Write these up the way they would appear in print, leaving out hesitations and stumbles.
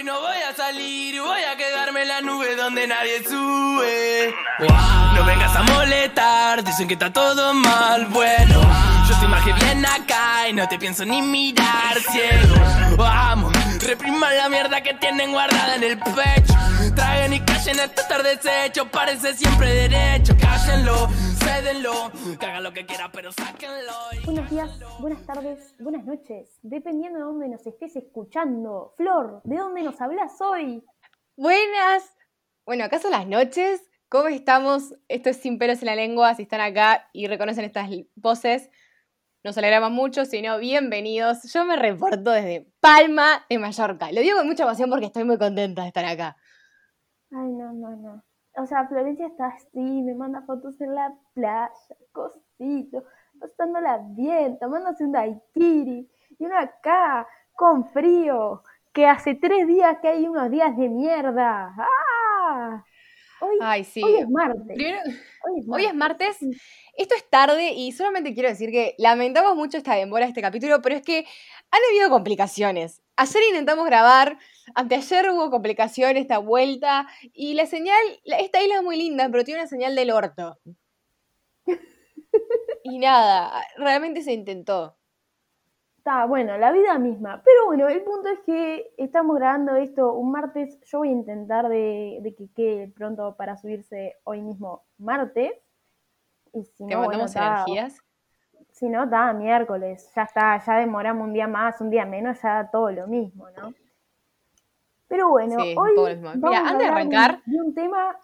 Hoy no voy a salir, voy a quedarme en la nube donde nadie sube. No vengas a molestar, dicen que está todo mal. Bueno, yo estoy más que bien acá y no te pienso ni mirar, ciego. Vamos, repriman la mierda que tienen guardada en el pecho. Traguen y callen hasta estar deshecho, parece siempre derecho. Cállenlo, cédenlo, que hagan lo que quieran, pero sáquenlo. Buenos días, buenas tardes, buenas noches, dependiendo de dónde nos estés escuchando. Flor, ¿de dónde nos hablas hoy? Buenas. Bueno, acá son las noches. ¿Cómo estamos? Esto es Sin Pelos en la Lengua. Si están acá y reconocen estas voces, nos alegramos mucho. Si no, bienvenidos. Yo me reporto desde Palma de Mallorca. Lo digo con mucha pasión porque estoy muy contenta de estar acá. Ay, no. O sea, Florencia está así, me manda fotos en la playa, cosito, pasándola bien, tomándose un daiquiri. Y uno acá, con frío, que hace 3 días que hay unos días de mierda. ¡Ah! Ay, sí. Hoy es martes. Primero, hoy es martes. Esto es tarde y solamente quiero decir que lamentamos mucho esta demora de este capítulo, pero es que han habido complicaciones. Ayer intentamos grabar, anteayer hubo complicaciones, esta vuelta, y la señal, esta isla es muy linda, pero tiene una señal del orto. Y nada, realmente se intentó. Está bueno, la vida misma. Pero bueno, el punto es que estamos grabando esto un martes. Yo voy a intentar de que quede pronto para subirse hoy mismo martes. Y si ¿Te no, mandamos bueno, energías? Si no, está miércoles. Ya está, ya demoramos un día más, un día menos, ya todo lo mismo, ¿no? Pero bueno, Sí, hoy un poco lo mismo. Mira, vamos antes de a hablar arrancar, de un tema.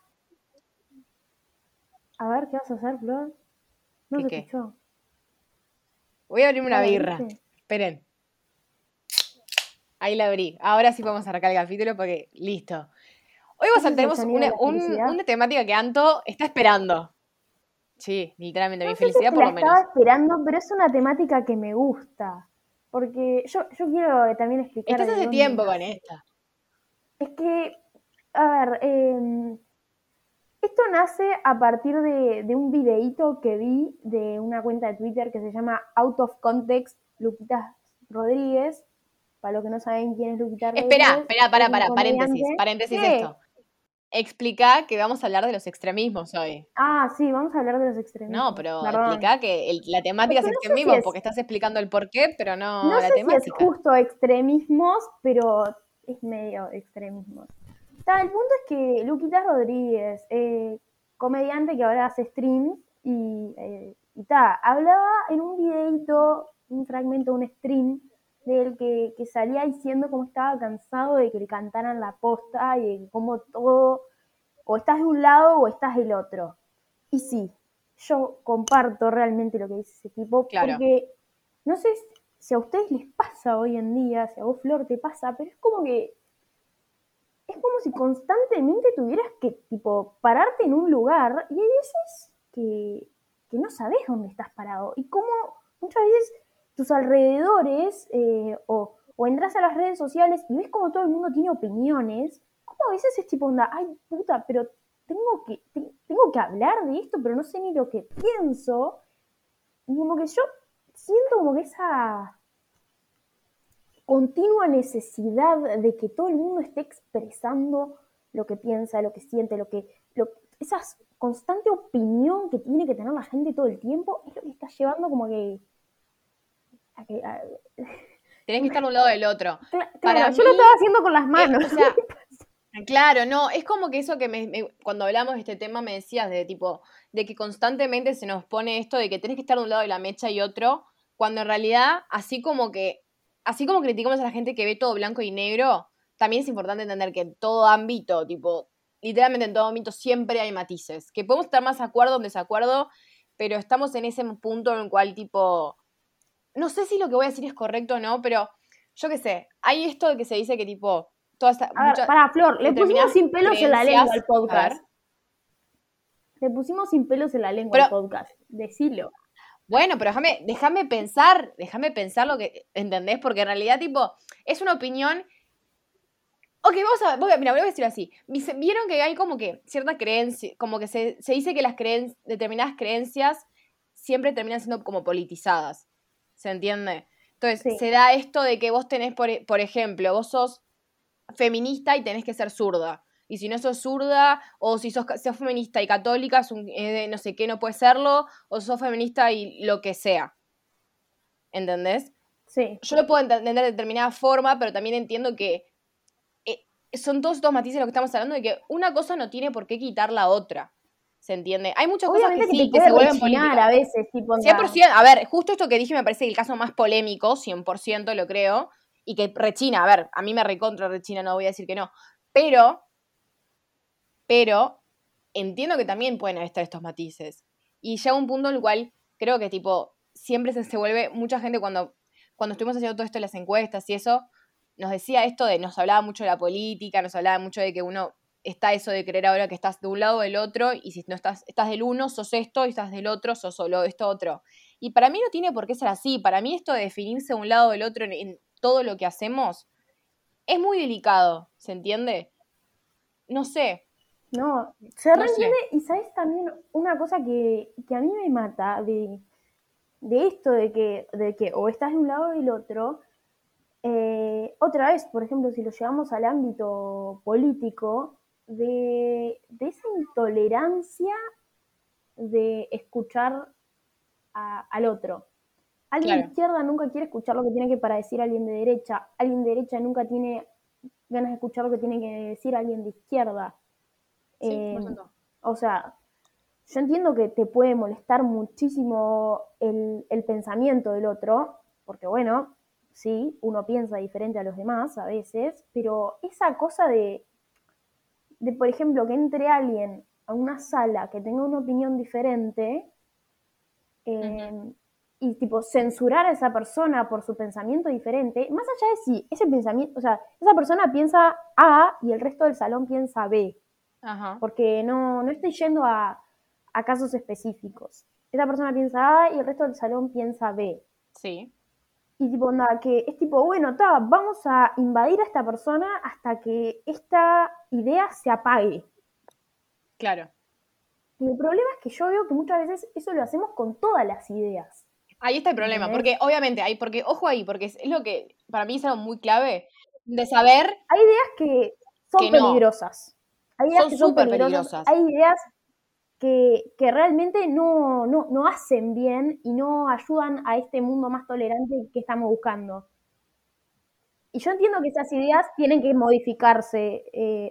A ver, ¿qué vas a hacer, Flor? No se ¿qué? escuchó. Voy a abrirme una ¿Ya la birra. viste? Esperen. Ahí la abrí. Ahora sí podemos arrancar el capítulo porque listo. Hoy ¿Ese es el tenemos sonido de la felicidad? una temática que Anto está esperando. Sí, literalmente, No mi sé si felicidad es que por la lo estaba menos. esperando, pero es una temática que me gusta. Porque yo quiero también explicar Estás de hace dónde tiempo con nace. esta. Es que, a ver, esto nace a partir de un videíto que vi de una cuenta de Twitter que se llama Out of Context Luquitas Rodríguez. Para los que no saben quién es Luquitas Rodríguez. Espera, es un paréntesis, comediante. paréntesis ¿Qué? esto. Explica que vamos a hablar de los extremismos hoy. Ah, sí, vamos a hablar de los extremismos. No, pero Perdón. explica que la temática Es que es no sé si extremismo es- porque estás explicando el porqué, pero no No la sé si es temática. justo extremismos, pero es medio extremismos. El punto es que Luquitas Rodríguez, comediante que ahora hace streams, y hablaba en un videito, un fragmento, un stream, del que salía diciendo cómo estaba cansado de que le cantaran la posta y de cómo todo, o estás de un lado o estás del otro. Y sí, yo comparto realmente lo que dice ese tipo, Claro. porque no sé si a ustedes les pasa hoy en día, si a vos, Flor, te pasa, pero es como si constantemente tuvieras que, tipo, pararte en un lugar, y hay veces que no sabes dónde estás parado, y como muchas veces tus alrededores, o entras a las redes sociales y ves como todo el mundo tiene opiniones, como a veces es tipo, onda, ay, puta, pero tengo que hablar de esto, pero no sé ni lo que pienso, y como que yo siento como que esa continua necesidad de que todo el mundo esté expresando lo que piensa, lo que siente, esa constante opinión que tiene que tener la gente todo el tiempo, es lo que está llevando como que... Tenés que estar de un lado del otro. Claro, yo lo estaba haciendo con las manos. O sea, claro, no, es como que eso que cuando hablamos de este tema me decías de tipo, de que constantemente se nos pone esto de que tenés que estar de un lado de la mecha y otro, cuando en realidad, así como criticamos a la gente que ve todo blanco y negro, también es importante entender que en todo ámbito, tipo, literalmente en todo ámbito siempre hay matices, que podemos estar más de acuerdo o en desacuerdo, pero estamos en ese punto en el cual, tipo, no sé si lo que voy a decir es correcto o no, pero yo qué sé, hay esto de que se dice que tipo, para Flor, le pusimos sin pelos en la lengua al podcast. Le pusimos sin pelos en la lengua al podcast, decilo. Bueno, pero déjame pensar lo que, ¿entendés? Porque en realidad, tipo, es una opinión. Ok, mira, voy a decirlo así. Vieron que hay como que cierta creencia, como que se dice que determinadas creencias siempre terminan siendo como politizadas. ¿Se entiende? Entonces, Sí. se da esto de que vos tenés, por ejemplo, vos sos feminista y tenés que ser zurda. Y si no sos zurda, o si sos feminista y católica, no sé qué, no puedes serlo, o sos feminista y lo que sea. ¿Entendés? Sí. Yo lo puedo entender de determinada forma, pero también entiendo que son todos estos matices de lo que estamos hablando, de que una cosa no tiene por qué quitar la otra. ¿Se entiende? Hay muchas cosas que Obviamente sí, te que puede se vuelven rechinar políticas. a veces, tipo, 100%, a ver, justo esto que dije me parece el caso más polémico, 100% lo creo, y que rechina, a ver, a mí me recontra rechina, no voy a decir que no, pero entiendo que también pueden estar estos matices. Y llega un punto en el cual creo que tipo, siempre se vuelve, mucha gente cuando estuvimos haciendo todo esto de las encuestas y eso, nos decía esto nos hablaba mucho de la política, nos hablaba mucho de que uno está eso de creer ahora que estás de un lado o del otro, y si no estás del uno, sos esto, y estás del otro, sos solo esto otro. Y para mí no tiene por qué ser así. Para mí esto de definirse de un lado o del otro en todo lo que hacemos es muy delicado, ¿se entiende? No sé. No, se No reentiende. sé. Y sabes también una cosa que a mí me mata de esto de que o estás de un lado o del otro. Otra vez, por ejemplo, si lo llevamos al ámbito político, de esa intolerancia de escuchar al otro. Alguien de Claro. izquierda nunca quiere escuchar lo que tiene que para decir alguien de derecha. Alguien de derecha nunca tiene ganas de escuchar lo que tiene que decir alguien de izquierda. Sí, Eh, 100%. o sea, yo entiendo que te puede molestar muchísimo el pensamiento del otro, porque bueno, sí, uno piensa diferente a los demás a veces, pero esa cosa por ejemplo, que entre alguien a una sala que tenga una opinión diferente, Uh-huh. y tipo censurar a esa persona por su pensamiento diferente, más allá de si ese pensamiento, o sea, esa persona piensa A y el resto del salón piensa B, Ajá. porque no estoy yendo a casos específicos. Esa persona piensa A y el resto del salón piensa B. Sí, Y tipo, nada, que es tipo, bueno, vamos a invadir a esta persona hasta que esta idea se apague. claro. Y el problema es que yo veo que muchas veces eso lo hacemos con todas las ideas. Ahí está el problema, ¿Entendés? porque obviamente porque, ojo ahí, porque es lo que para mí es algo muy clave de saber Hay ideas que son que no, peligrosas. Hay ideas son que son súper peligrosas. peligrosas. Hay ideas que realmente no hacen bien y no ayudan a este mundo más tolerante que estamos buscando. Y yo entiendo que esas ideas tienen que modificarse,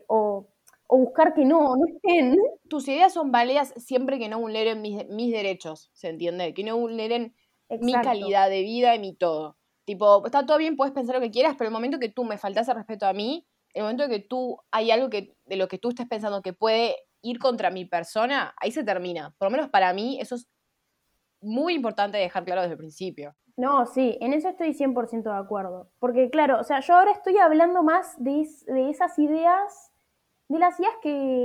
o buscar que no estén. Tus ideas son válidas siempre que no vulneren mis derechos, ¿se entiende? Que no vulneren mi Exacto. calidad de vida y mi todo. Tipo, está todo bien, puedes pensar lo que quieras, pero el momento que tú me faltas el respeto a mí, el momento que tú hay algo de lo que tú estés pensando que puede ir contra mi persona, ahí se termina. Por lo menos para mí, eso es muy importante dejar claro desde el principio. No, sí, en eso estoy 100% de acuerdo. Porque claro, o sea, yo ahora estoy hablando más de esas ideas, de las ideas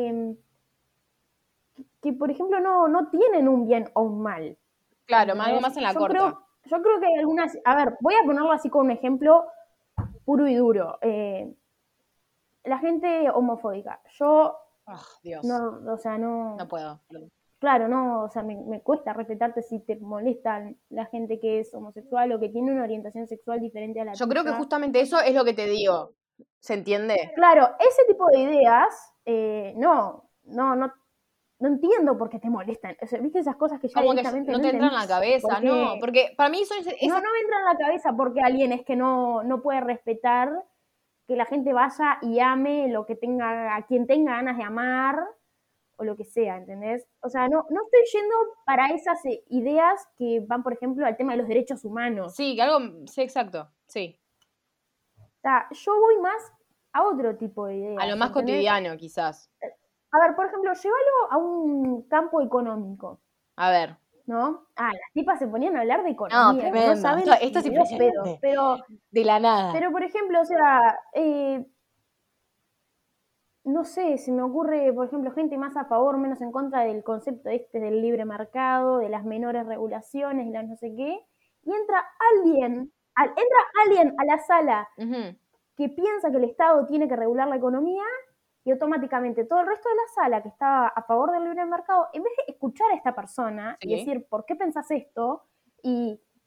que por ejemplo, no tienen un bien o un mal. Claro, algo ¿Entendés? más en la corta. Yo creo que hay algunas, a ver, voy a ponerlo así con un ejemplo puro y duro. La gente homofóbica. Yo Oh, Dios, no, o sea, no puedo. Perdón. claro, no, o sea, me cuesta respetarte si te molesta la gente que es homosexual o que tiene una orientación sexual diferente a la Yo creo que tuya. justamente eso es lo que te digo. ¿Se entiende? Claro, ese tipo de ideas, no entiendo por qué te molestan. O sea, viste esas cosas que ya Como que directamente no no te entra en la entendés por cabeza, no, qué. porque para mí eso es No, esa. no me entra en la cabeza porque alguien es que no puede respetar que la gente vaya y ame lo que tenga, a quien tenga ganas de amar o lo que sea, ¿entendés? O sea, no estoy yendo para esas ideas que van, por ejemplo, al tema de los derechos humanos. Sí, que algo, sí, exacto, sí. O sea, yo voy más a otro tipo de A lo ideas, más ¿entendés? cotidiano, quizás. A ver, por ejemplo, llévalo a un campo económico, A ver. ¿no? Las tipas se ponían a hablar de No, economía, que no tremendo. saben Esto es ni dos pedos, impresionante. De la nada. pero por ejemplo, o sea, no sé, se me ocurre, por ejemplo, gente más a favor, menos en contra del concepto este del libre mercado, de las menores regulaciones, y la no sé qué, y entra alguien a la sala Ujú. que piensa que el Estado tiene que regular la economía, y automáticamente todo el resto de la sala que estaba a favor del libre mercado, en vez de escuchar a esta persona y Sí. decir, ¿por qué pensás esto? Y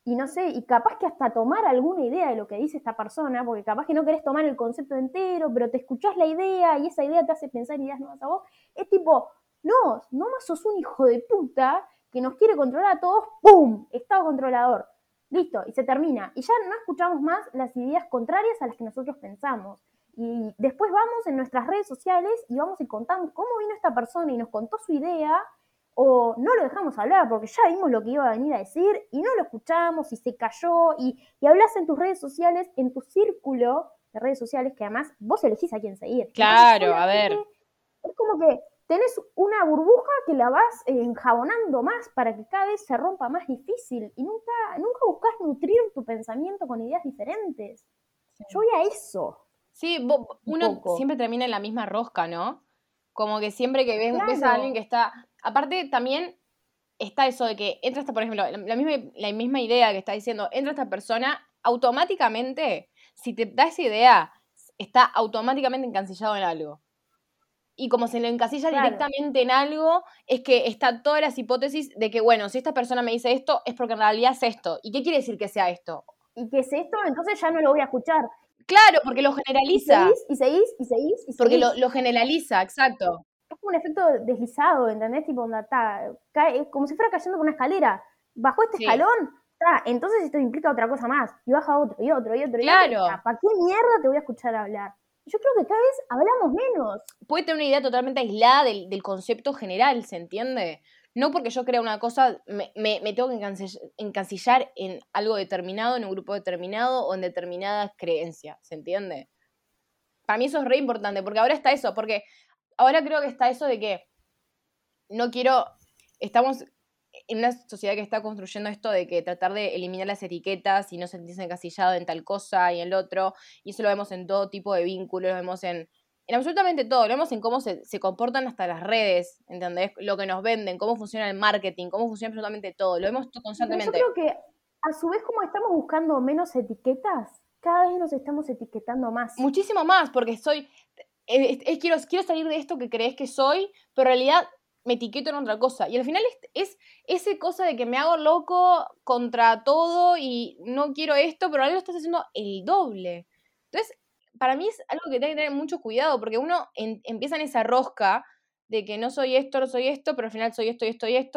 y no sé, y capaz que hasta tomar alguna idea de lo que dice esta persona, porque capaz que no querés tomar el concepto entero, pero te escuchás la idea y esa idea te hace pensar ideas nuevas a vos, es tipo, no más sos un hijo de puta que nos quiere controlar a todos, ¡pum! Estado controlador. Listo, y se termina. Y ya no escuchamos más las ideas contrarias a las que nosotros pensamos. Y después vamos en nuestras redes sociales y vamos y contamos cómo vino esta persona y nos contó su idea, o no lo dejamos hablar porque ya vimos lo que iba a venir a decir y no lo escuchamos y se cayó y hablas en tus redes sociales, en tu círculo de redes sociales, que además vos elegís a quién seguir. Claro, a ver. Es como que tenés una burbuja que la vas enjabonando más para que cada vez se rompa más difícil y nunca buscas nutrir tu pensamiento con ideas diferentes. Sí. Yo voy a eso. Sí, uno siempre termina en la misma rosca, ¿no? Como que siempre que ves a alguien que está... Aparte, también está eso de que entra esta, por ejemplo, la misma idea que está diciendo, entra esta persona, automáticamente, si te da esa idea, está automáticamente encasillado en algo. Y como se lo encasilla directamente en algo, es que está todas las hipótesis de que, bueno, si esta persona me dice esto, es porque en realidad es esto. ¿Y qué quiere decir que sea esto? Y que es esto, entonces ya no lo voy a escuchar. Claro, porque lo generaliza. Y seguís. Porque lo generaliza, exacto. Es como un efecto deslizado, ¿entendés? Tipo, cae, como si fuera cayendo por una escalera. Bajó este escalón, entonces esto implica otra cosa más. Y baja otro, y otro. Claro. ¿Para qué mierda te voy a escuchar hablar? Yo creo que cada vez hablamos menos. Puede tener una idea totalmente aislada del concepto general, ¿se entiende? No porque yo crea una cosa, me tengo que encasillar en algo determinado, en un grupo determinado o en determinadas creencias, ¿se entiende? Para mí eso es re importante, porque ahora está eso, porque ahora creo que está eso de que estamos en una sociedad que está construyendo esto de que tratar de eliminar las etiquetas y no sentirse encasillado en tal cosa y en lo otro, y eso lo vemos en todo tipo de vínculos, lo vemos en absolutamente todo, lo vemos en cómo se comportan hasta las redes, ¿entendés? Lo que nos venden, cómo funciona el marketing, cómo funciona absolutamente todo, lo vemos constantemente. Pero yo creo que a su vez como estamos buscando menos etiquetas, cada vez nos estamos etiquetando más. Muchísimo más, porque quiero salir de esto que crees que soy, pero en realidad me etiqueto en otra cosa. Y al final es esa cosa de que me hago loco contra todo y no quiero esto, pero ahora lo estás haciendo el doble. Entonces, para mí es algo que tiene que tener mucho cuidado, porque uno empieza en esa rosca de que no soy esto, pero al final soy esto,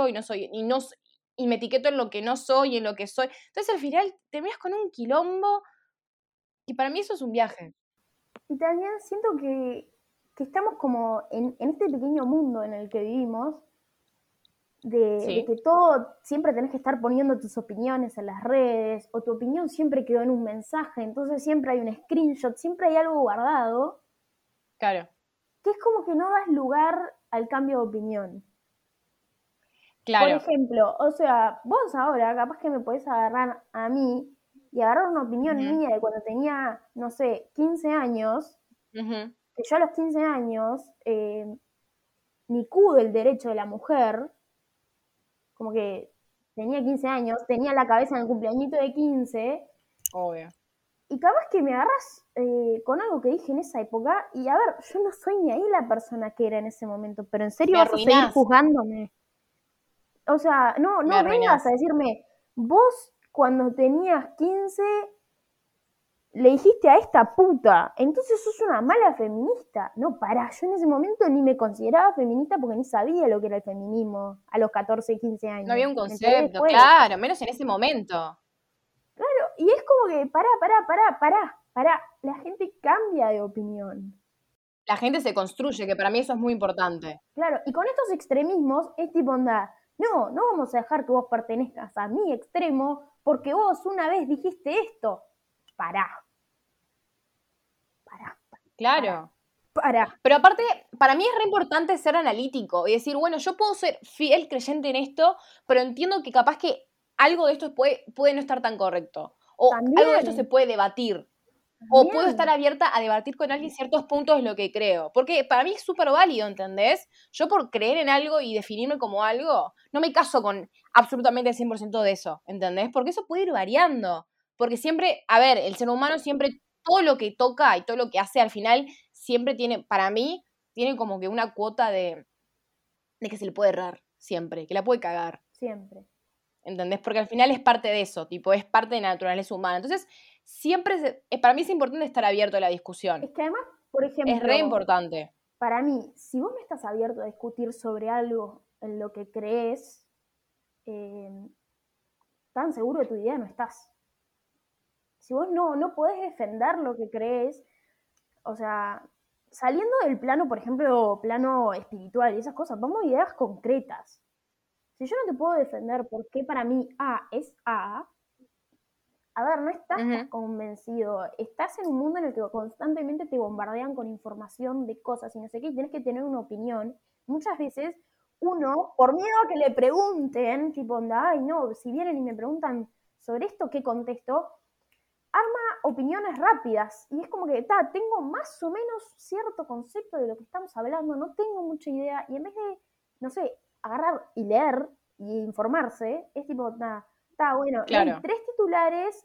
y me etiqueto en lo que no soy, en lo que soy. Entonces, al final, terminas con un quilombo, y para mí eso es un viaje. Y también siento que estamos como en este pequeño mundo en el que vivimos, de que todo siempre tenés que estar poniendo tus opiniones en las redes, o tu opinión siempre quedó en un mensaje, entonces siempre hay un screenshot, siempre hay algo guardado. Claro. Que es como que no das lugar al cambio de opinión. Claro. Por ejemplo, o sea, vos ahora capaz que me podés agarrar a mí y agarrar una opinión mía de cuando tenía, no sé, 15 años, que yo a los 15 años ni cudo el derecho de la mujer, como que tenía 15 años, tenía la cabeza en el cumpleañito de 15. Obvio. Y capaz que me agarras con algo que dije en esa época, y a ver, yo no soy ni ahí la persona que era en ese momento, pero en serio vas a seguir juzgándome. O sea, no vengas a decirme, vos cuando tenías 15 le dijiste a esta puta, entonces sos una mala feminista. No, pará, yo en ese momento ni me consideraba feminista porque ni sabía lo que era el feminismo a los 14, 15 años. No había un concepto, claro, menos en ese momento. Claro, y es como que, pará, la gente cambia de opinión. La gente se construye, que para mí eso es muy importante. Claro, y con estos extremismos es tipo onda, no vamos a dejar que vos pertenezcas a mi extremo porque vos una vez dijiste esto. Pará. Claro. Pará. Pero aparte, para mí es re importante ser analítico y decir, bueno, yo puedo ser fiel creyente en esto, pero entiendo que capaz que algo de esto puede no estar tan correcto. O También. Algo de esto se puede debatir. O puedo estar abierta a debatir con alguien ciertos puntos de lo que creo. Porque para mí es súper válido, ¿entendés? Yo por creer en algo y definirme como algo, no me caso con absolutamente el 100% de eso, ¿entendés? Porque eso puede ir variando. Porque siempre, a ver, el ser humano siempre, todo lo que toca y todo lo que hace al final, siempre tiene, para mí, tiene como que una cuota de que se le puede errar, siempre, que la puede cagar. Siempre. ¿entendés? Porque al final es parte de eso, tipo, es parte de la naturaleza humana. Entonces, siempre, para mí es importante estar abierto a la discusión. Es que además, por ejemplo, Es re importante. para mí, si vos no estás abierto a discutir sobre algo en lo que crees, tan seguro de tu idea no estás. Si vos no podés defender lo que crees, o sea, saliendo del plano, por ejemplo, plano espiritual y esas cosas, vamos a ideas concretas. Si yo no te puedo defender por qué para mí A es a ver, no estás convencido, estás en un mundo en el que constantemente te bombardean con información de cosas y no sé qué, y tienes que tener una opinión. Muchas veces uno, por miedo a que le pregunten, tipo, onda, ay no, si vienen y me preguntan sobre esto, ¿qué contesto? Arma opiniones rápidas y es como que, tengo más o menos cierto concepto de lo que estamos hablando, no tengo mucha idea y en vez de, no sé, agarrar y leer y informarse, es tipo, bueno, claro. hay 3 titulares,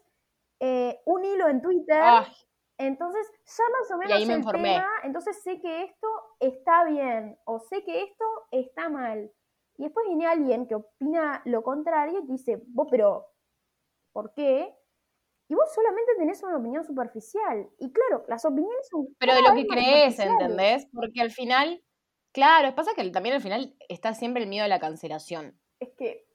un hilo en Twitter, entonces ya más o menos el tema, entonces sé que esto está bien o sé que esto está mal. Y después viene alguien que opina lo contrario y te dice, vos, pero, ¿por qué? Y vos solamente tenés una opinión superficial. Y claro, las opiniones son... Pero de lo que crees, ¿entendés? Porque al final, claro, pasa que también al final está siempre el miedo a la cancelación. Es que...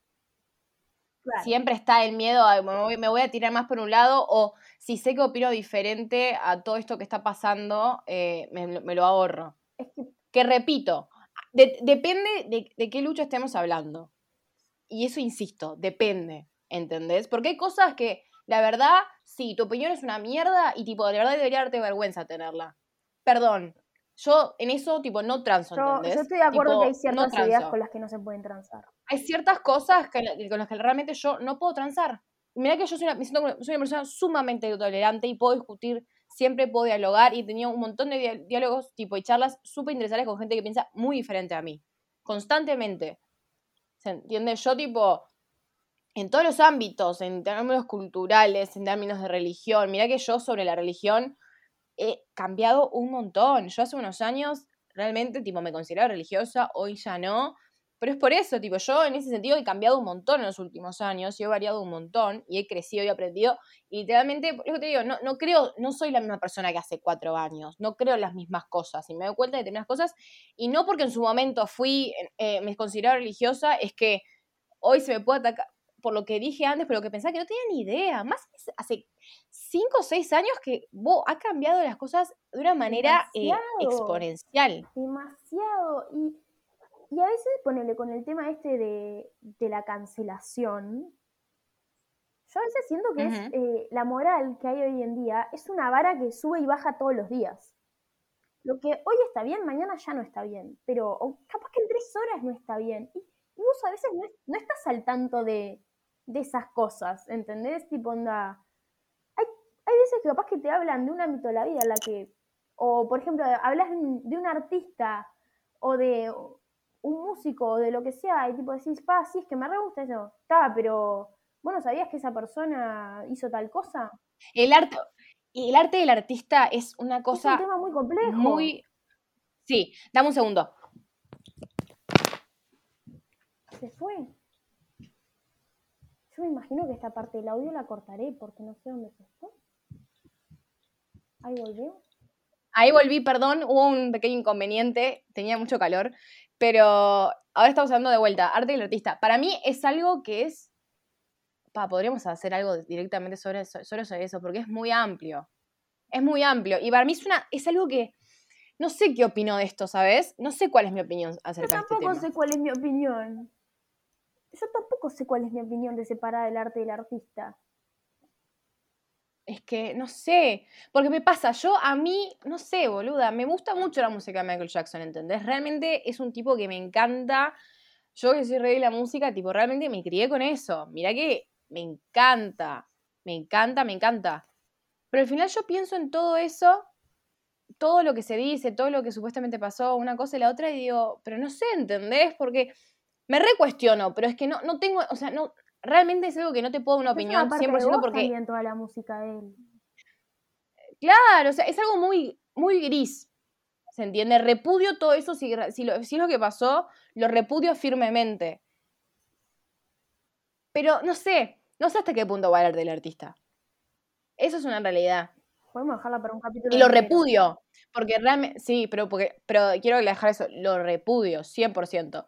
Claro. Siempre está el miedo a me voy a tirar más por un lado, o si sé que opino diferente a todo esto que está pasando, me lo ahorro. Es que repito, depende de qué lucha estemos hablando. Y eso insisto, depende, ¿entendés? Porque hay cosas que, la verdad, sí, tu opinión es una mierda y tipo, de verdad debería darte vergüenza tenerla. Perdón, yo en eso, tipo, no transo, ¿entendés? Yo estoy de acuerdo tipo, que hay ciertas ideas con las que no se pueden transar. Hay ciertas cosas con las que realmente yo no puedo transar. Mirá que yo soy una persona sumamente tolerante y puedo discutir, siempre puedo dialogar y he tenido un montón de diálogos tipo y charlas súper interesantes con gente que piensa muy diferente a mí. Constantemente. ¿Se entiende? Yo tipo, en todos los ámbitos, en términos culturales, en términos de religión, mirá que yo sobre la religión he cambiado un montón. Yo hace unos años realmente tipo me consideraba religiosa, hoy ya no. Pero es por eso, tipo, yo en ese sentido he cambiado un montón en los últimos años y he variado un montón y he crecido y aprendido. Y literalmente, por eso te digo, no creo, no soy la misma persona que hace 4 años, no creo en las mismas cosas y me doy cuenta de determinadas cosas. Y no porque en su momento me consideraba religiosa, es que hoy se me puede atacar por lo que dije antes, pero lo que pensaba que no tenía ni idea. Más hace 5 o 6 años que ha cambiado las cosas de una manera exponencial. Demasiado. Y a veces, ponele, con el tema este de la cancelación, yo a veces siento que es la moral que hay hoy en día es una vara que sube y baja todos los días. Lo que hoy está bien, mañana ya no está bien. Pero capaz que en 3 horas no está bien. Y vos a veces no estás al tanto de esas cosas, ¿entendés? Tipo, onda... Hay veces que capaz que te hablan de un ámbito de la vida en la que... O, por ejemplo, hablas de un artista o de un músico o de lo que sea, y tipo decís, sí, es que me re gusta eso. Pero ¿vos no sabías que esa persona hizo tal cosa? El arte del artista es una cosa... Es un tema muy complejo. Sí, dame un segundo. ¿Se fue? Yo me imagino que esta parte del audio la cortaré porque no sé dónde se fue. Ahí volvió. Ahí volví, perdón, hubo un pequeño inconveniente, tenía mucho calor, pero ahora estamos hablando de vuelta, arte del artista. Para mí es algo que es... podríamos hacer algo directamente sobre eso, porque es muy amplio. Es muy amplio. Y para mí es algo que... No sé qué opino de esto, ¿sabes? No sé cuál es mi opinión acerca de este tema. Yo tampoco sé cuál es mi opinión. Yo tampoco sé cuál es mi opinión de separar el arte del artista. Es que, no sé, porque me pasa, a mí, no sé, boluda, me gusta mucho la música de Michael Jackson, ¿entendés? Realmente es un tipo que me encanta, yo que soy rey de la música, tipo, realmente me crié con eso, mirá que me encanta, me encanta, me encanta. Pero al final yo pienso en todo eso, todo lo que se dice, todo lo que supuestamente pasó, una cosa y la otra, y digo, pero no sé, ¿entendés? Porque me recuestiono, pero es que no tengo, o sea, no... Realmente es algo que no te puedo dar una opinión 100% porque... también toda la música de él. Claro, o sea, es algo muy, muy gris, ¿se entiende? Repudio todo eso, si es lo que pasó, lo repudio firmemente. Pero no sé hasta qué punto va el arte del artista. Eso es una realidad. Podemos dejarla para un capítulo Y lo entero. repudio, porque realmente, sí, pero quiero dejar eso, lo repudio, 100%.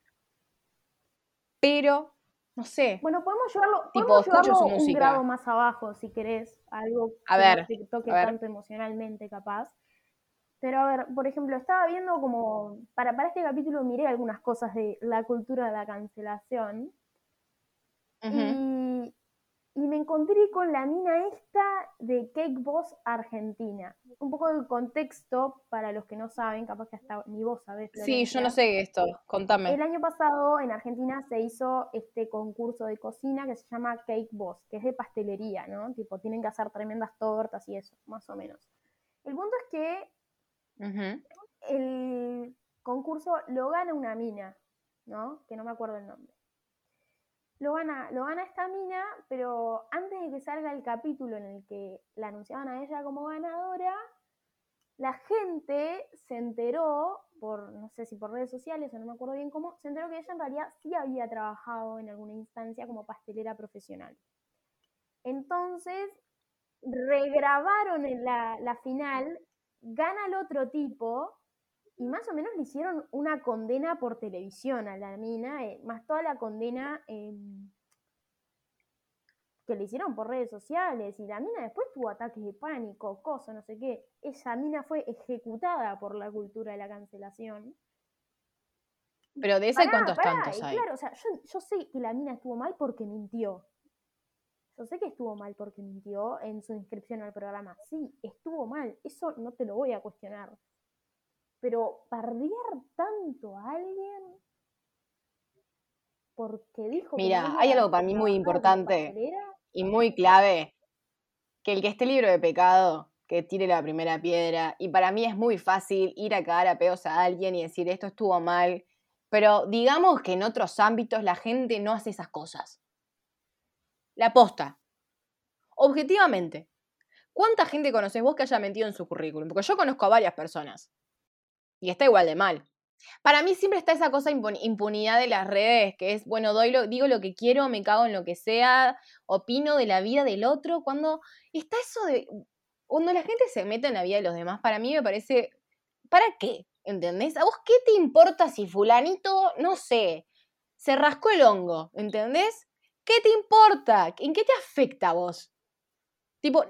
Pero, no sé, Bueno, podemos llevarlo, tipo, podemos escucho su llevarlo un grado música. más abajo, si querés, algo A que no ver, te toque a ver. tanto emocionalmente, capaz. Pero a ver, por ejemplo, estaba viendo como, para este capítulo miré algunas cosas de la cultura de la cancelación Ujú. y me encontré con la mina esta de Cake Boss Argentina. Un poco de contexto para los que no saben, capaz que hasta ni vos sabés, Sí, yo no Florencia. sé esto, El contame. año pasado en Argentina se hizo este concurso de cocina que se llama Cake Boss, que es de pastelería, ¿no? Tipo, tienen que hacer tremendas tortas y eso, más o menos. El punto es que Ujú. el concurso lo gana una mina, ¿no? Que no me acuerdo el nombre. Lo gana esta mina, pero antes de que salga el capítulo en el que la anunciaban a ella como ganadora, la gente se enteró, por no sé si por redes sociales o no me acuerdo bien cómo, se enteró que ella en realidad sí había trabajado en alguna instancia como pastelera profesional. Entonces, regrabaron en la final, gana el otro tipo y más o menos le hicieron una condena por televisión a la mina, más toda la condena que le hicieron por redes sociales, y la mina después tuvo ataques de pánico, cosas, no sé qué. Esa mina fue ejecutada por la cultura de la cancelación. Pero de ese, Pará, ¿cuántos pará, tantos y hay? claro, o sea, yo sé que la mina estuvo mal porque mintió. Yo sé que estuvo mal porque mintió en su inscripción al programa. Sí, estuvo mal, eso no te lo voy a cuestionar. Pero bardear tanto a alguien porque dijo que no Mira, hay había algo para mí muy trabajado como importante pastelera. y muy clave, que el que esté libre de pecado, que tire la primera piedra. Y para mí es muy fácil ir a cagar a pedos a alguien y decir esto estuvo mal, pero digamos que en otros ámbitos la gente no hace esas cosas. La posta. Objetivamente, ¿cuánta gente conoces vos que haya mentido en su currículum? Porque yo conozco a varias personas y está igual de mal. Para mí siempre está esa cosa impunidad de las redes, que es, bueno, digo lo que quiero, me cago en lo que sea, opino de la vida del otro, cuando está eso de... Cuando la gente se mete en la vida de los demás, para mí me parece, ¿para qué? ¿Entendés? ¿A vos qué te importa si fulanito, no sé, se rascó el hongo? ¿Entendés? ¿Qué te importa? ¿En qué te afecta a vos? Tipo,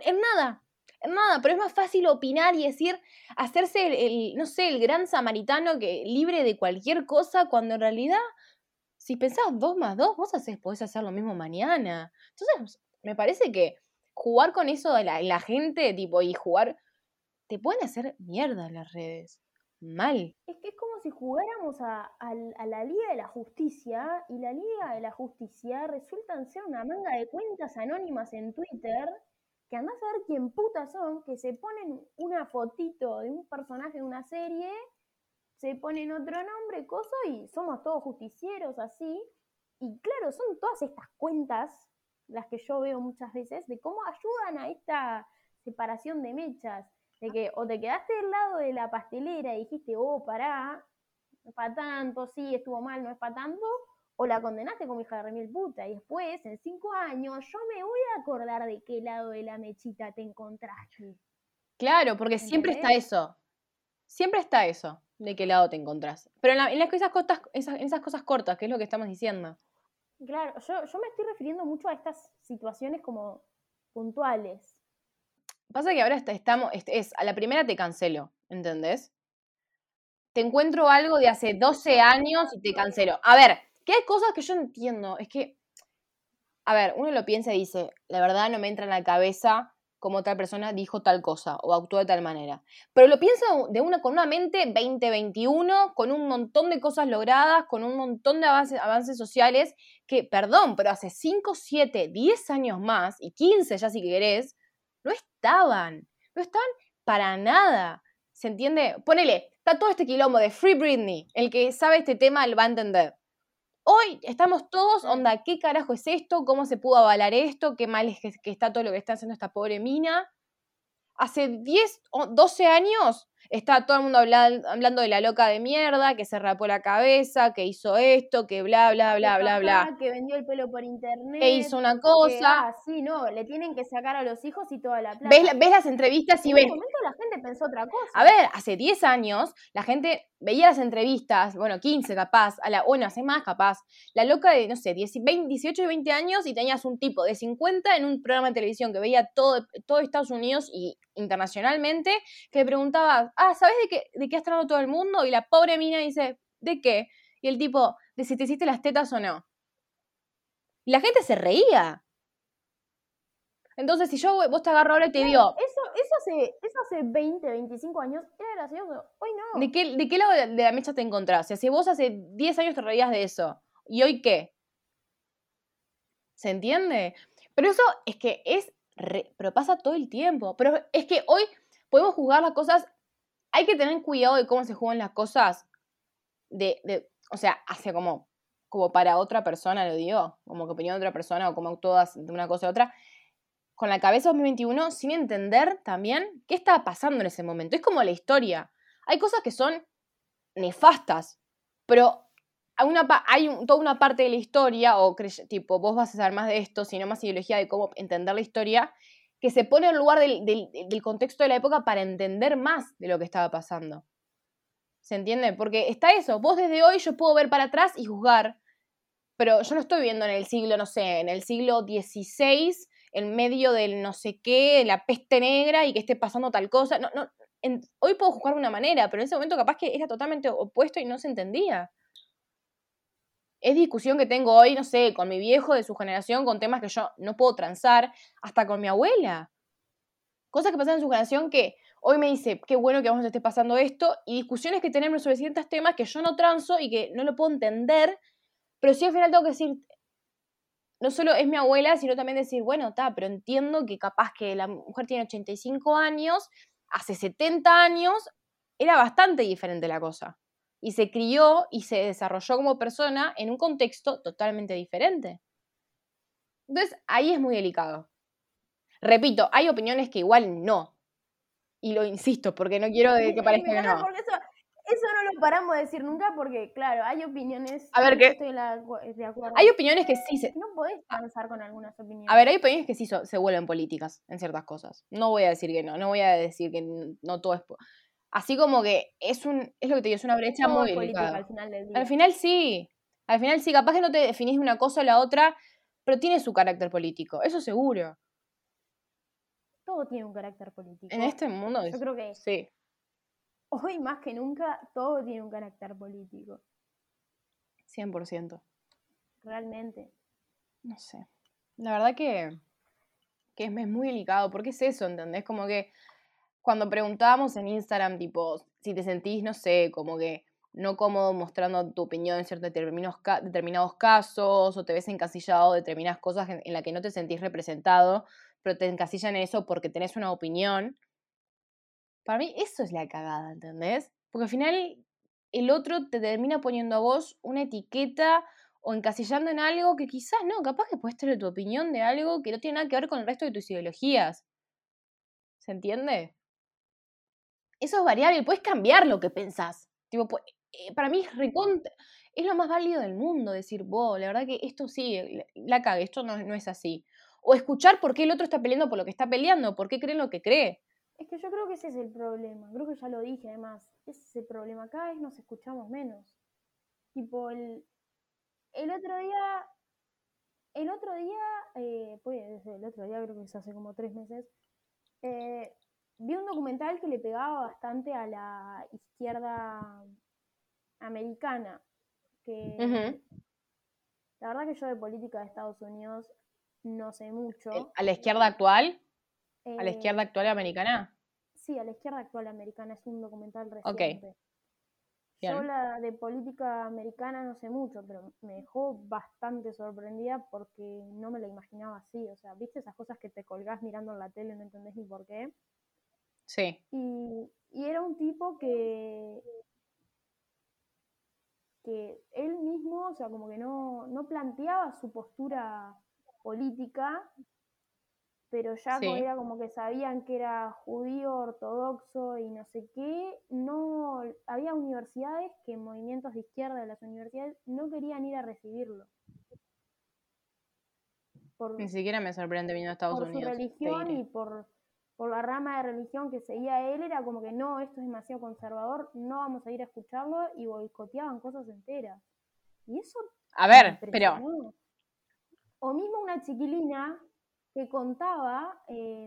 en nada, pero es más fácil opinar y decir, hacerse no sé, el gran samaritano que libre de cualquier cosa, cuando en realidad, si pensás 2 más 2, podés hacer lo mismo mañana. Entonces, me parece que jugar con eso de la gente, tipo, y jugar, te pueden hacer mierda en las redes. Mal. Es que es como si jugáramos a la Liga de la Justicia y la Liga de la Justicia resultan ser una manga de cuentas anónimas en Twitter que andás a ver quién putas son, que se ponen una fotito de un personaje de una serie, se ponen otro nombre, cosa, y somos todos justicieros así. Y claro, son todas estas cuentas, las que yo veo muchas veces, de cómo ayudan a esta separación de mechas, de que o te quedaste del lado de la pastelera y dijiste, oh, pará, no es para tanto, sí, estuvo mal, no es para tanto, o la condenaste como hija de remil puta, y después, en 5 años, yo me voy a acordar de qué lado de la mechita te encontraste. Claro, porque siempre ¿Entendés? está eso. Siempre está eso, de qué lado te encontrás. Pero en esas cosas cortas, que es lo que estamos diciendo. Claro, yo me estoy refiriendo mucho a estas situaciones como puntuales. Pasa que ahora a la primera te cancelo, ¿entendés? Te encuentro algo de hace 12 años y te cancelo. A ver, que hay cosas que yo entiendo. Es que, a ver, uno lo piensa y dice, la verdad no me entra en la cabeza cómo tal persona dijo tal cosa o actuó de tal manera. Pero lo piensa con una mente 2021, con un montón de cosas logradas, con un montón de avances sociales, que, perdón, pero hace 5, 7, 10 años más, y 15 ya si querés, no estaban para nada. ¿Se entiende? Ponele, está todo este quilombo de Free Britney. El que sabe este tema lo va a entender. Hoy estamos todos, onda, ¿qué carajo es esto? ¿Cómo se pudo avalar esto? ¿Qué mal es que está todo lo que está haciendo esta pobre mina? hace 10 o 12 años está todo el mundo hablando de la loca de mierda, que se rapó la cabeza, que hizo esto, que bla, bla, bla, bla, bla. Que vendió el pelo por internet. Que hizo una cosa. Sí, no, le tienen que sacar a los hijos y toda la plata. Ves las entrevistas y ves. En un momento la gente pensó otra cosa. A ver, hace 10 años la gente veía las entrevistas, bueno, 15 capaz, bueno, hace más capaz, la loca de, no sé, 18 y 20 años y tenías un tipo de 50 en un programa de televisión que veía todo Estados Unidos y internacionalmente, que le preguntaba, ¿sabes de qué está hablando todo el mundo? Y la pobre mina dice, ¿de qué? Y el tipo, de si te hiciste las tetas o no. Y la gente se reía. Entonces, si vos te agarro ahora y te digo... Eso hace 20, 25 años era gracioso. Hoy no. ¿De qué lado de la mecha te encontrás? O sea, si vos hace 10 años te reías de eso, ¿y hoy qué? ¿Se entiende? Pero eso es que pero pasa todo el tiempo. Pero es que hoy podemos jugar las cosas... Hay que tener cuidado de cómo se juegan las cosas o sea, hacia como para otra persona, lo digo, como que opinión de otra persona o como todas de una cosa a otra, con la cabeza 2021 sin entender también qué estaba pasando en ese momento. Es como la historia. Hay cosas que son nefastas, pero hay toda una parte de la historia, o tipo, vos vas a saber más de esto, sino más ideología de cómo entender la historia, que se pone en lugar del contexto de la época para entender más de lo que estaba pasando. ¿Se entiende? Porque está eso, vos desde hoy yo puedo ver para atrás y juzgar, pero yo no estoy viviendo en el siglo, no sé, en el siglo XVI, en medio del no sé qué, la peste negra y que esté pasando tal cosa. Hoy puedo juzgar de una manera, pero en ese momento capaz que era totalmente opuesto y no se entendía. Es discusión que tengo hoy, no sé, con mi viejo de su generación, con temas que yo no puedo transar, hasta con mi abuela. Cosas que pasan en su generación que hoy me dice, qué bueno que a vos te esté pasando esto, y discusiones que tenemos sobre ciertos temas que yo no transo y que no lo puedo entender, pero sí al final tengo que decir, no solo es mi abuela, sino también decir, bueno, pero entiendo que capaz que la mujer tiene 85 años, hace 70 años, era bastante diferente la cosa. Y se crió y se desarrolló como persona en un contexto totalmente diferente. Entonces, ahí es muy delicado. Repito, hay opiniones que igual no. Y lo insisto, porque no quiero que parezca que no. Porque eso no lo paramos de decir nunca, porque, claro, hay opiniones... A ver, que estoy de acuerdo. Hay opiniones que sí No podés avanzar con algunas opiniones. A ver, hay opiniones que sí se vuelven políticas en ciertas cosas. No voy a decir que no voy a decir que no todo es... Así como que es lo que te digo, es una brecha todo muy es política delicada. al final del día. Al final sí, capaz que no te definís una cosa o la otra, pero tiene su carácter político, eso seguro. Todo tiene un carácter político. En este mundo yo creo que sí. Hoy más que nunca todo tiene un carácter político. 100%. Realmente. No sé. La verdad que es muy delicado, porque es eso, ¿entendés? Como que cuando preguntábamos en Instagram, tipo, si te sentís, no sé, como que no cómodo mostrando tu opinión en ciertos determinados casos, o te ves encasillado de determinadas cosas en las que no te sentís representado, pero te encasillan en eso porque tenés una opinión. Para mí eso es la cagada, ¿entendés? Porque al final el otro te termina poniendo a vos una etiqueta o encasillando en algo que quizás no, capaz que puedes tener tu opinión de algo que no tiene nada que ver con el resto de tus ideologías. ¿Se entiende? Eso es variable, puedes cambiar lo que pensás. Tipo, para mí es lo más válido del mundo decir, la verdad que esto sí, la cague, esto no es así. O escuchar por qué el otro está peleando por lo que está peleando, por qué cree lo que cree. Es que yo creo que ese es el problema, creo que ya lo dije además, ese es el problema, cada vez nos escuchamos menos. Tipo, el otro día, pues desde el otro día, creo que es hace como 3 meses, vi un documental que le pegaba bastante a la izquierda americana, que la verdad que yo de política de Estados Unidos no sé mucho. ¿A la izquierda actual? ¿A la izquierda actual americana? Sí, a la izquierda actual americana, es un documental reciente. Ok. Yo de política americana no sé mucho, pero me dejó bastante sorprendida porque no me la imaginaba así. O sea, ¿viste esas cosas que te colgás mirando en la tele y no entendés ni por qué? Sí. Y era un tipo que él mismo, o sea, como que no planteaba su postura política, pero ya Sí. era como que sabían que era judío, ortodoxo y no sé qué, no, había universidades que movimientos de izquierda de las universidades no querían ir a recibirlo. Ni Por, siquiera me sorprende viniendo a Estados por su Unidos, te religión diré. y por la rama de religión que seguía él, era como que no, esto es demasiado conservador, no vamos a ir a escucharlo, y boicoteaban cosas enteras. Y eso A me ver, pero... impresionó. O mismo una chiquilina que contaba,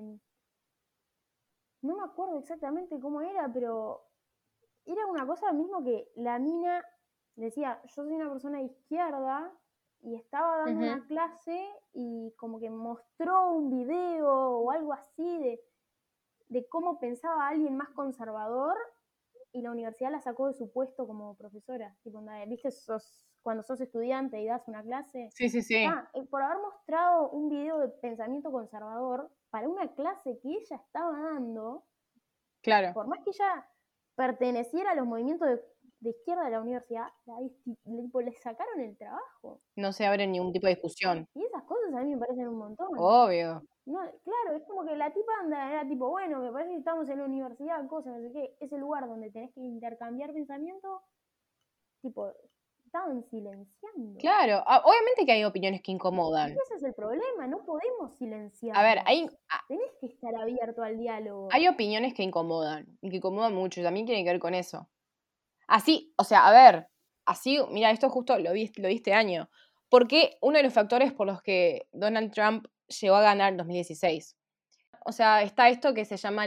no me acuerdo exactamente cómo era, pero era una cosa mismo que la mina decía, yo soy una persona de izquierda, y estaba dando Ujú. una clase y como que mostró un video o algo así de cómo pensaba alguien más conservador, y la universidad la sacó de su puesto como profesora. Tipo, ¿viste cuando sos estudiante y das una clase? Sí, sí, sí, Por haber mostrado un video de pensamiento conservador para una clase que ella estaba dando, claro. por más que ella perteneciera a los movimientos de izquierda de la universidad, le sacaron el trabajo. No se abre ningún tipo de discusión. Y esas cosas a mí me parecen un montón. Obvio. No, claro, es como que la tipa era tipo, bueno, me parece que estamos en la universidad, cosas, no sé qué, ese lugar donde tenés que intercambiar pensamiento, tipo, estaban silenciando. Claro, obviamente que hay opiniones que incomodan. Ese es el problema, no podemos silenciar. A ver, Tenés que estar abierto al diálogo. hay opiniones que incomodan, y que incomodan mucho, y también tiene que ver con eso. Así, o sea, a ver, así, mira, esto justo lo vi este año. Porque uno de los factores por los que Donald Trump llegó a ganar en 2016. O sea, está esto que se llama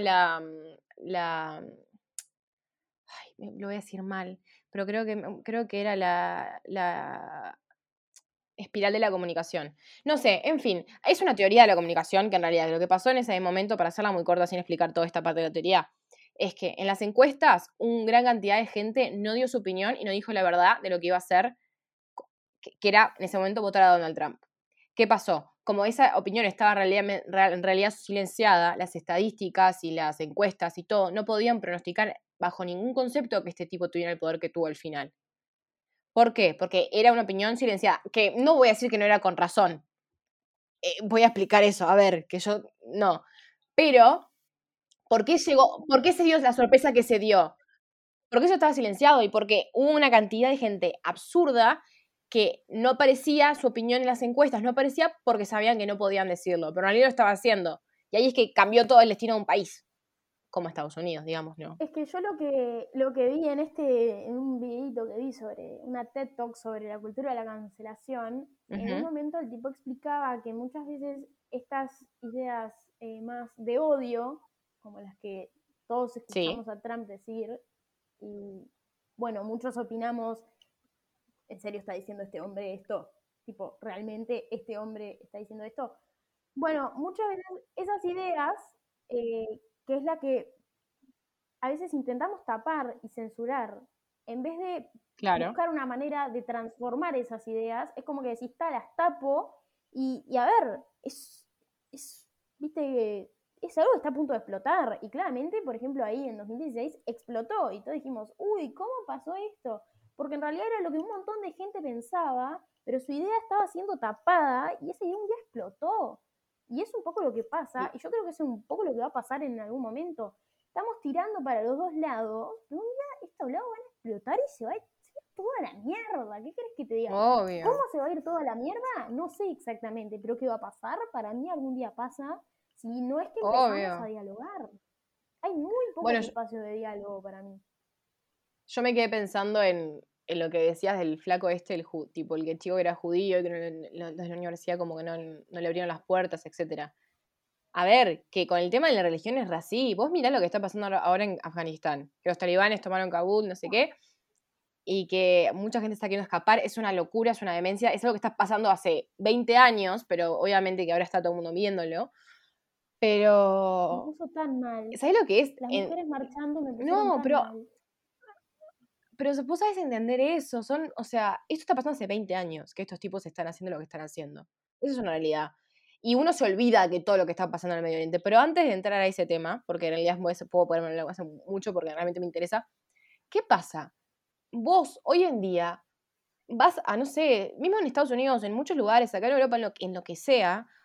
ay, lo voy a decir mal, pero creo que era la espiral de la comunicación. No sé, en fin, es una teoría de la comunicación que en realidad lo que pasó en ese momento, para hacerla muy corta sin explicar toda esta parte de la teoría, es que en las encuestas una gran cantidad de gente no dio su opinión y no dijo la verdad de lo que iba a hacer, que era en ese momento votar a Donald Trump. ¿Qué pasó? Como esa opinión estaba en realidad silenciada, las estadísticas y las encuestas y todo no podían pronosticar bajo ningún concepto que este tipo tuviera el poder que tuvo al final. ¿Por qué? Porque era una opinión silenciada, que no voy a decir que no era con razón. Voy a explicar eso, a ver, que yo no. Pero, ¿por qué se dio la sorpresa que se dio? Porque eso estaba silenciado y porque hubo una cantidad de gente absurda que no aparecía su opinión en las encuestas, no aparecía porque sabían que no podían decirlo, pero en realidad lo estaba haciendo. Y ahí es que cambió todo el destino de un país, como Estados Unidos, digamos, ¿no? Es que yo lo que vi en un videito que vi sobre una TED Talk sobre la cultura de la cancelación, en un momento el tipo explicaba que muchas veces estas ideas más de odio, como las que todos escuchamos a Trump decir, y bueno, muchos opinamos, ¿en serio está diciendo este hombre esto? Tipo, ¿realmente este hombre está diciendo esto? Bueno, muchas veces esas ideas, que es la que a veces intentamos tapar y censurar, en vez de buscar una manera de transformar esas ideas, es como que decís, las tapo, y a ver, viste, es algo que está a punto de explotar, y claramente, por ejemplo, ahí en 2016 explotó, y todos dijimos, uy, ¿cómo pasó esto? Porque en realidad era lo que un montón de gente pensaba, pero su idea estaba siendo tapada, y esa idea un día explotó. Y es un poco lo que pasa, y yo creo que es un poco lo que va a pasar en algún momento. Estamos tirando para los dos lados, pero un día estos lados van a explotar y se va a ir toda la mierda. ¿Qué querés que te diga? Obvio. ¿Cómo se va a ir toda la mierda? No sé exactamente, pero ¿qué va a pasar? Para mí algún día pasa, si no es que empezamos a dialogar. Hay muy pocos espacios de diálogo para mí. Yo me quedé pensando en lo que decías del flaco este, el tipo el que chico era judío y que los de la universidad como que no le abrieron las puertas, etcétera. A ver, que con el tema de la religión es así. Vos mirá lo que está pasando ahora en Afganistán, que los talibanes tomaron Kabul, no sé qué, y que mucha gente está queriendo escapar. Es una locura, es una demencia, es algo que está pasando hace 20 años, pero obviamente que ahora está todo el mundo viéndolo. Pero... Me puso tan mal. ¿Sabés lo que es? Las mujeres marchando me pusieron tan mal. Pero vos sabés entender eso, o sea, esto está pasando hace 20 años, que estos tipos están haciendo lo que están haciendo. Eso es una realidad. Y uno se olvida de todo lo que está pasando en el Medio Oriente. Pero antes de entrar a ese tema, porque en realidad puedo ponerme hablar hace mucho porque realmente me interesa, ¿qué pasa? Vos, hoy en día, vas a, no sé, mismo en Estados Unidos, en muchos lugares, acá en Europa, en lo que sea,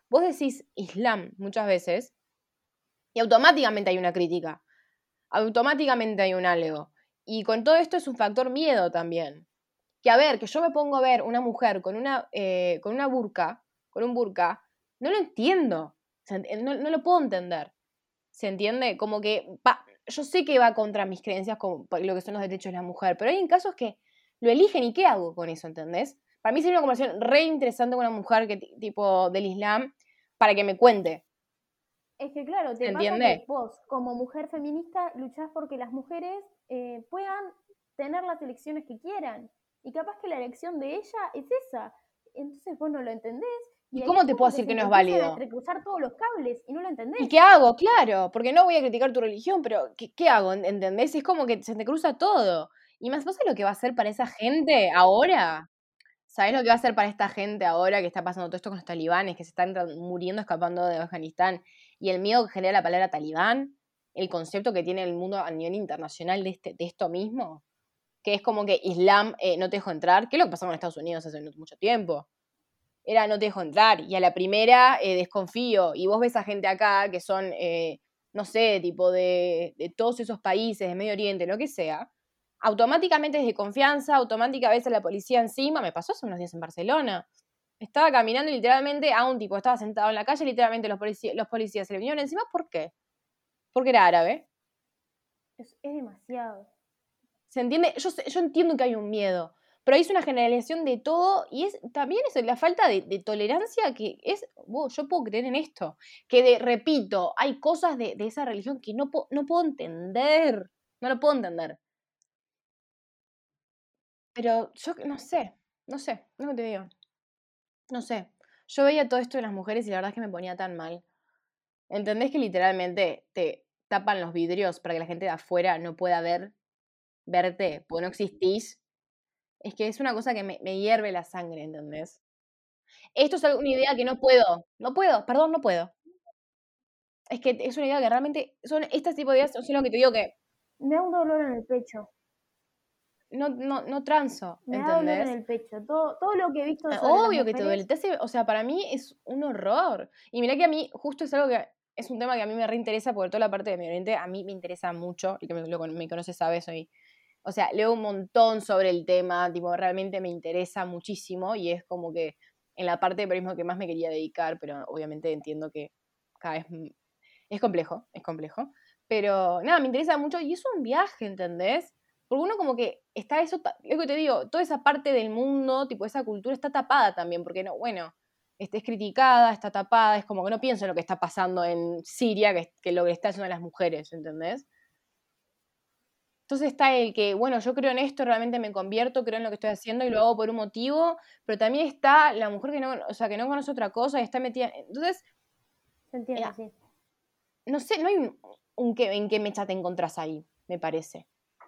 vos decís Islam muchas veces y automáticamente hay una crítica, automáticamente hay un algo. Y con todo esto es un factor miedo también. Que a ver, que yo me pongo a ver una mujer con una burka, con un burka, no lo entiendo, no lo puedo entender. ¿Se entiende? Como que yo sé que va contra mis creencias con lo que son los derechos de la mujer, pero hay en casos que lo eligen y ¿qué hago con eso? ¿Entendés? Para mí sería una conversación re interesante con una mujer que tipo del Islam para que me cuente. Es que claro, te ¿Se pasa entiende? que vos, como mujer feminista, luchás porque las mujeres puedan tener las elecciones que quieran. Y capaz que la elección de ella es esa. Entonces vos no lo entendés. ¿Y ahí es cómo te como puedo que decir se que no te es empiezan a válido? entrecruzar todos los cables y no lo entendés. ¿Y qué hago? Claro, porque no voy a criticar tu religión, pero ¿qué hago? ¿Entendés? Es como que se te cruza todo. Y más, ¿vos sabés lo que va a hacer para esa gente ahora? ¿Sabés lo que va a hacer para esta gente ahora que está pasando todo esto con los talibanes, que se están muriendo escapando de Afganistán? Y el miedo que genera la palabra talibán, el concepto que tiene el mundo a nivel internacional de esto mismo, que es como que Islam no te dejó entrar, que es lo que pasó con Estados Unidos hace mucho tiempo. Era no te dejo entrar, y a la primera desconfío, y vos ves a gente acá que son, no sé, tipo de todos esos países, de Medio Oriente, lo que sea, automáticamente es de confianza, automáticamente ves a la policía encima. Me pasó hace unos días en Barcelona. Estaba caminando y literalmente a un tipo, estaba sentado en la calle, literalmente los policías se le vinieron encima. ¿Por qué? Porque era árabe. Es demasiado. ¿Se entiende? Yo entiendo que hay un miedo, pero es una generalización de todo y también es la falta de tolerancia que es, yo puedo creer en esto, que repito, hay cosas de esa religión que no puedo entender, no lo puedo entender. Pero yo no sé, no te digo, no sé. Yo veía todo esto de las mujeres y la verdad es que me ponía tan mal. ¿Entendés que literalmente te tapan los vidrios para que la gente de afuera no pueda verte, porque no existís? Es que es una cosa que me hierve la sangre, ¿entendés? Esto es una idea que no puedo, perdón, no puedo. Es que es una idea que realmente, son este tipo de ideas, son lo que te digo que Me da un dolor en el pecho. no transo, Me da dolor en ¿entendés? el pecho. Todo lo que he visto sobre las Obvio que te duele, mujeres. o sea, para mí es un horror. Y mirá que a mí, justo es algo que, es un tema que a mí me reinteresa, porque toda la parte de Medio Oriente a mí me interesa mucho, el que me conoce sabe, o sea, leo un montón sobre el tema, tipo, realmente me interesa muchísimo y es como que en la parte de periodismo que más me quería dedicar, pero obviamente entiendo que cada vez es complejo, pero nada, me interesa mucho y es un viaje, ¿entendés? Porque uno como que está eso, es lo que te digo, toda esa parte del mundo, tipo esa cultura está tapada también, porque no, bueno, es criticada, está tapada, es como que no pienso en lo que está pasando en Siria, que lo que está haciendo las mujeres, ¿entendés? Entonces está el que, bueno, yo creo en esto, realmente me convierto, creo en lo que estoy haciendo y lo hago por un motivo, pero también está la mujer que no, o sea, que no conoce otra cosa y está metida. Entonces, Se entiende, sí. no sé, no hay en qué mecha te encontrás ahí, me parece.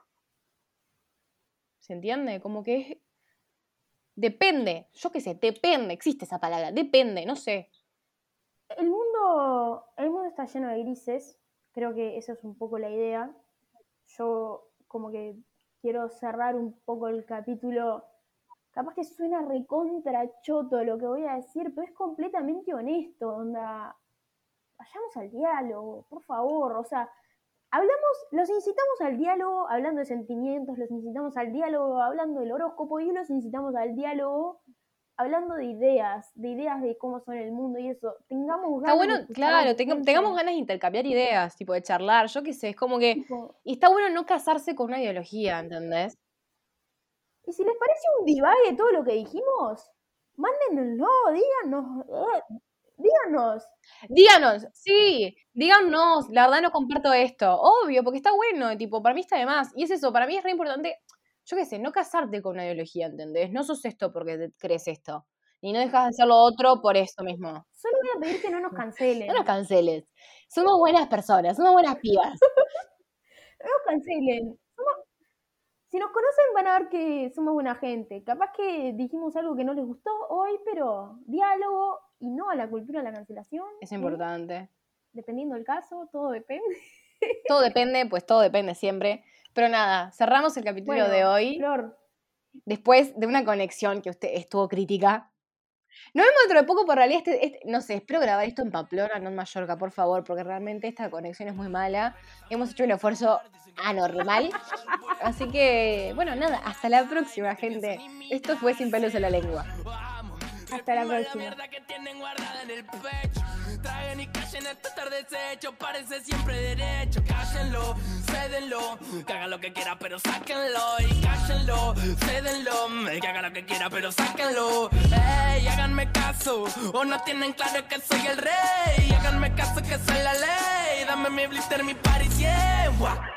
¿Se entiende? Como que depende, yo qué sé, depende, existe esa palabra, depende, no sé. El mundo está lleno de grises, creo que esa es un poco la idea. Yo como que quiero cerrar un poco el capítulo, capaz que suena recontra choto lo que voy a decir, pero es completamente honesto, onda, vayamos al diálogo, por favor, o sea, los incitamos al diálogo hablando de sentimientos, los incitamos al diálogo hablando del horóscopo y los incitamos al diálogo hablando de ideas de cómo son el mundo y eso. Tengamos ganas Está bueno, de escuchar claro, lo que tengamos ganas de intercambiar ideas, tipo de charlar, yo qué sé, es como que. tipo, Y está bueno no casarse con una ideología, ¿entendés? y si les parece un divague todo lo que dijimos, mándenlo, díganos. Díganos, sí, díganos, la verdad no comparto esto, obvio, porque está bueno, tipo, para mí está de más. Y es eso, para mí es re importante, yo qué sé, no casarte con una ideología, ¿entendés? No sos esto porque crees esto, y no dejas de hacer lo otro por eso mismo. Solo voy a pedir que no nos No nos cancelen. canceles. Somos buenas personas, somos buenas pibas. No nos cancelen. Si nos conocen van a ver que somos buena gente. Capaz que dijimos algo que no les gustó hoy, pero diálogo y no a la cultura de la cancelación. Es importante. Dependiendo del caso, todo depende. Todo depende, pues todo depende siempre. Pero nada, cerramos el capítulo de hoy. Flor. Después de una conexión que usted estuvo crítica. Nos vemos dentro de poco, por realidad, no sé, espero grabar esto en Pamplona, no en Mallorca, por favor, porque realmente esta conexión es muy mala. Hemos hecho un esfuerzo anormal. Así que, bueno, nada, hasta la próxima, gente. Esto fue Sin Pelos en la Lengua. Hasta la próxima. Traigan y callen esto estar deshecho, parece siempre derecho. Cállenlo, cédenlo, que haga lo que quiera pero sáquenlo. Y cállenlo, cédenlo, que haga lo que quiera pero sáquenlo. Ey, háganme caso, o no tienen claro que soy el rey. Háganme caso que soy la ley, dame mi blister, mi party 100.